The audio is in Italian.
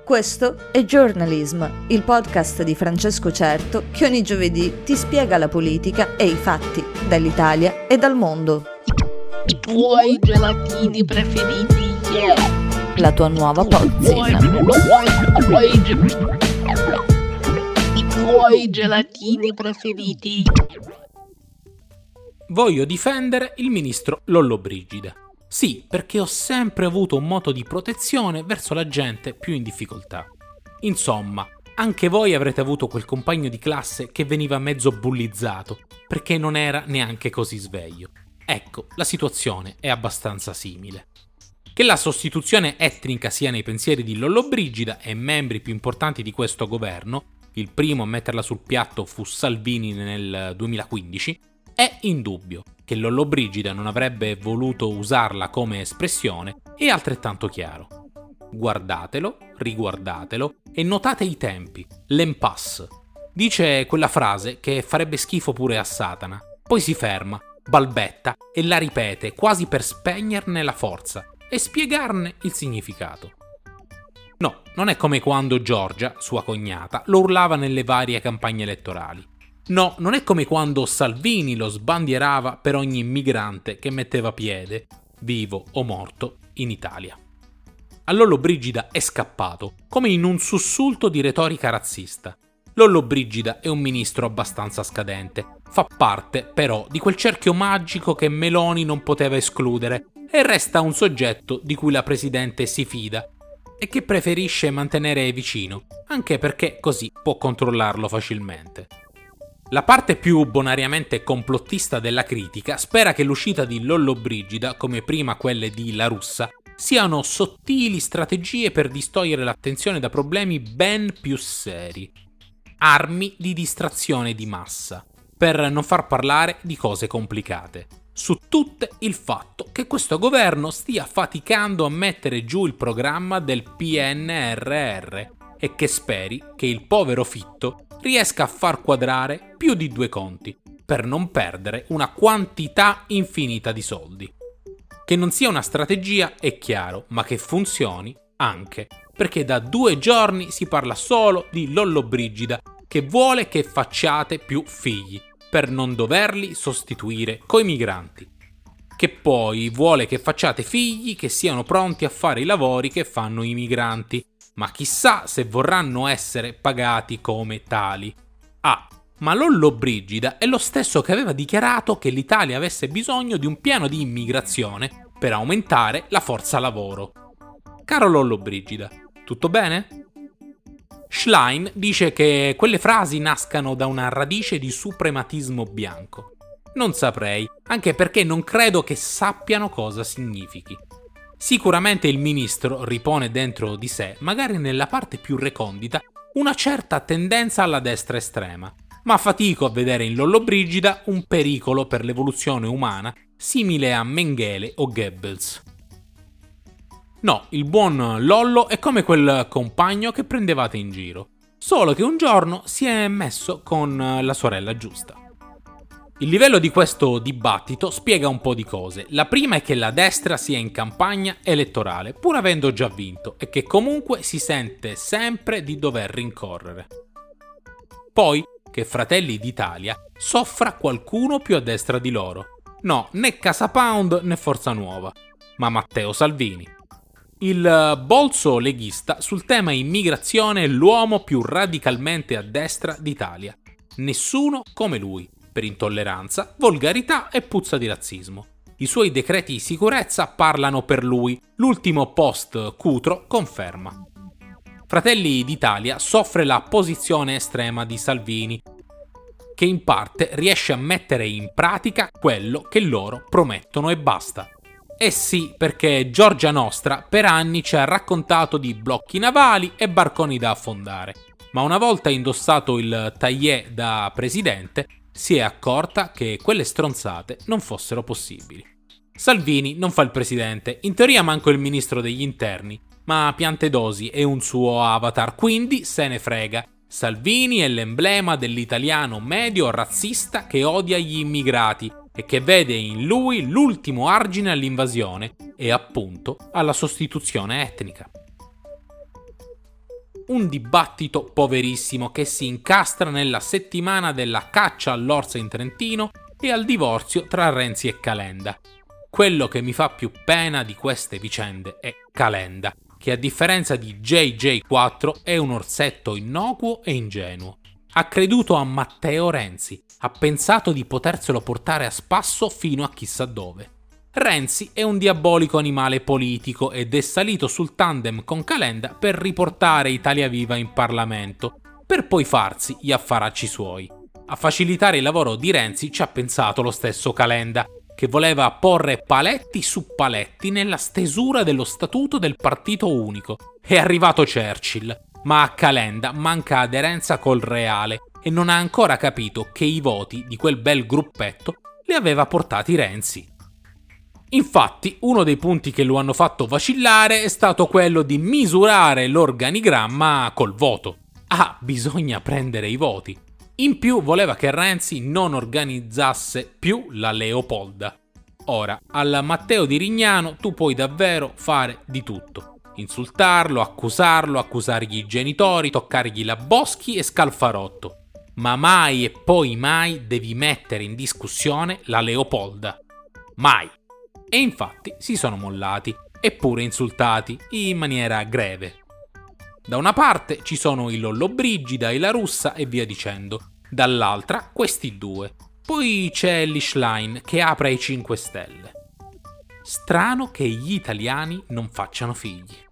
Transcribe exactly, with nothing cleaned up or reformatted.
Questo è Journalism, il podcast di Francesco Certo che ogni giovedì ti spiega la politica e i fatti dall'Italia e dal mondo. I tuoi gelatini preferiti, yeah. La tua nuova pozzina. I tuoi gelatini preferiti. Voglio difendere il ministro Lollobrigida. Sì, perché ho sempre avuto un moto di protezione verso la gente più in difficoltà. Insomma, anche voi avrete avuto quel compagno di classe che veniva mezzo bullizzato, perché non era neanche così sveglio. Ecco, la situazione è abbastanza simile. Che la sostituzione etnica sia nei pensieri di Lollobrigida e membri più importanti di questo governo, il primo a metterla sul piatto fu Salvini nel duemilaquindici, è indubbio. Che Lollobrigida non avrebbe voluto usarla come espressione è altrettanto chiaro. Guardatelo, riguardatelo e notate i tempi, l'impasse. Dice quella frase che farebbe schifo pure a Satana, poi si ferma, balbetta e la ripete quasi per spegnerne la forza e spiegarne il significato. No, non è come quando Giorgia, sua cognata, lo urlava nelle varie campagne elettorali. No, non è come quando Salvini lo sbandierava per ogni immigrante che metteva piede, vivo o morto, in Italia. A Lollobrigida è scappato, come in un sussulto di retorica razzista. Lollobrigida è un ministro abbastanza scadente, fa parte però di quel cerchio magico che Meloni non poteva escludere e resta un soggetto di cui la presidente si fida e che preferisce mantenere vicino, anche perché così può controllarlo facilmente. La parte più bonariamente complottista della critica spera che l'uscita di Lollobrigida, come prima quelle di La Russa, siano sottili strategie per distogliere l'attenzione da problemi ben più seri. Armi di distrazione di massa, per non far parlare di cose complicate. Su tutte il fatto che questo governo stia faticando a mettere giù il programma del P N R R e che speri che il povero Fitto riesca a far quadrare più di due conti, per non perdere una quantità infinita di soldi. Che non sia una strategia è chiaro, ma che funzioni anche, perché da due giorni si parla solo di Lollobrigida che vuole che facciate più figli, per non doverli sostituire coi migranti. Che poi vuole che facciate figli che siano pronti a fare i lavori che fanno i migranti, ma chissà se vorranno essere pagati come tali. Ah, ma Lollobrigida è lo stesso che aveva dichiarato che l'Italia avesse bisogno di un piano di immigrazione per aumentare la forza lavoro. Caro Lollobrigida, tutto bene? Schlein dice che quelle frasi nascano da una radice di suprematismo bianco. Non saprei, anche perché non credo che sappiano cosa significhi. Sicuramente il ministro ripone dentro di sé, magari nella parte più recondita, una certa tendenza alla destra estrema, ma fatico a vedere in Lollobrigida un pericolo per l'evoluzione umana simile a Mengele o Goebbels. No, il buon Lollo è come quel compagno che prendevate in giro, solo che un giorno si è messo con la sorella giusta. Il livello di questo dibattito spiega un po' di cose. La prima è che la destra sia in campagna elettorale, pur avendo già vinto, e che comunque si sente sempre di dover rincorrere. Poi che Fratelli d'Italia soffra qualcuno più a destra di loro. No, né Casa Pound né Forza Nuova, ma Matteo Salvini. Il bolso leghista sul tema immigrazione è l'uomo più radicalmente a destra d'Italia. Nessuno come lui. Per intolleranza, volgarità e puzza di razzismo. I suoi decreti di sicurezza parlano per lui, l'ultimo post Cutro conferma. Fratelli d'Italia soffre la posizione estrema di Salvini, che in parte riesce a mettere in pratica quello che loro promettono e basta. Eh sì, perché Giorgia Nostra per anni ci ha raccontato di blocchi navali e barconi da affondare, ma una volta indossato il taillé da presidente, si è accorta che quelle stronzate non fossero possibili. Salvini non fa il presidente, in teoria manco il ministro degli interni, ma Piantedosi è un suo avatar, quindi se ne frega. Salvini è l'emblema dell'italiano medio razzista che odia gli immigrati e che vede in lui l'ultimo argine all'invasione e appunto alla sostituzione etnica. un dibattito poverissimo che si incastra nella settimana della caccia all'orsa in Trentino e al divorzio tra Renzi e Calenda. Quello che mi fa più pena di queste vicende è Calenda, che a differenza di J J quattro è un orsetto innocuo e ingenuo. Ha creduto a Matteo Renzi, ha pensato di poterselo portare a spasso fino a chissà dove. Renzi è un diabolico animale politico ed è salito sul tandem con Calenda per riportare Italia Viva in Parlamento, per poi farsi gli affaracci suoi. A facilitare il lavoro di Renzi ci ha pensato lo stesso Calenda, che voleva porre paletti su paletti nella stesura dello statuto del partito unico. È arrivato Churchill, ma a Calenda manca aderenza col reale e non ha ancora capito che i voti di quel bel gruppetto li aveva portati Renzi. Infatti, uno dei punti che lo hanno fatto vacillare è stato quello di misurare l'organigramma col voto. Ah, bisogna prendere i voti. In più voleva che Renzi non organizzasse più la Leopolda. Ora, al Matteo di Rignano tu puoi davvero fare di tutto. Insultarlo, accusarlo, accusargli i genitori, toccargli la Boschi e Scalfarotto. Ma mai e poi mai devi mettere in discussione la Leopolda. Mai. E infatti si sono mollati, eppure insultati, in maniera greve. Da una parte ci sono il Lollobrigida e la Russa e via dicendo, dall'altra questi due. Poi c'è l'Ishline che apre ai cinque Stelle. Strano che gli italiani non facciano figli.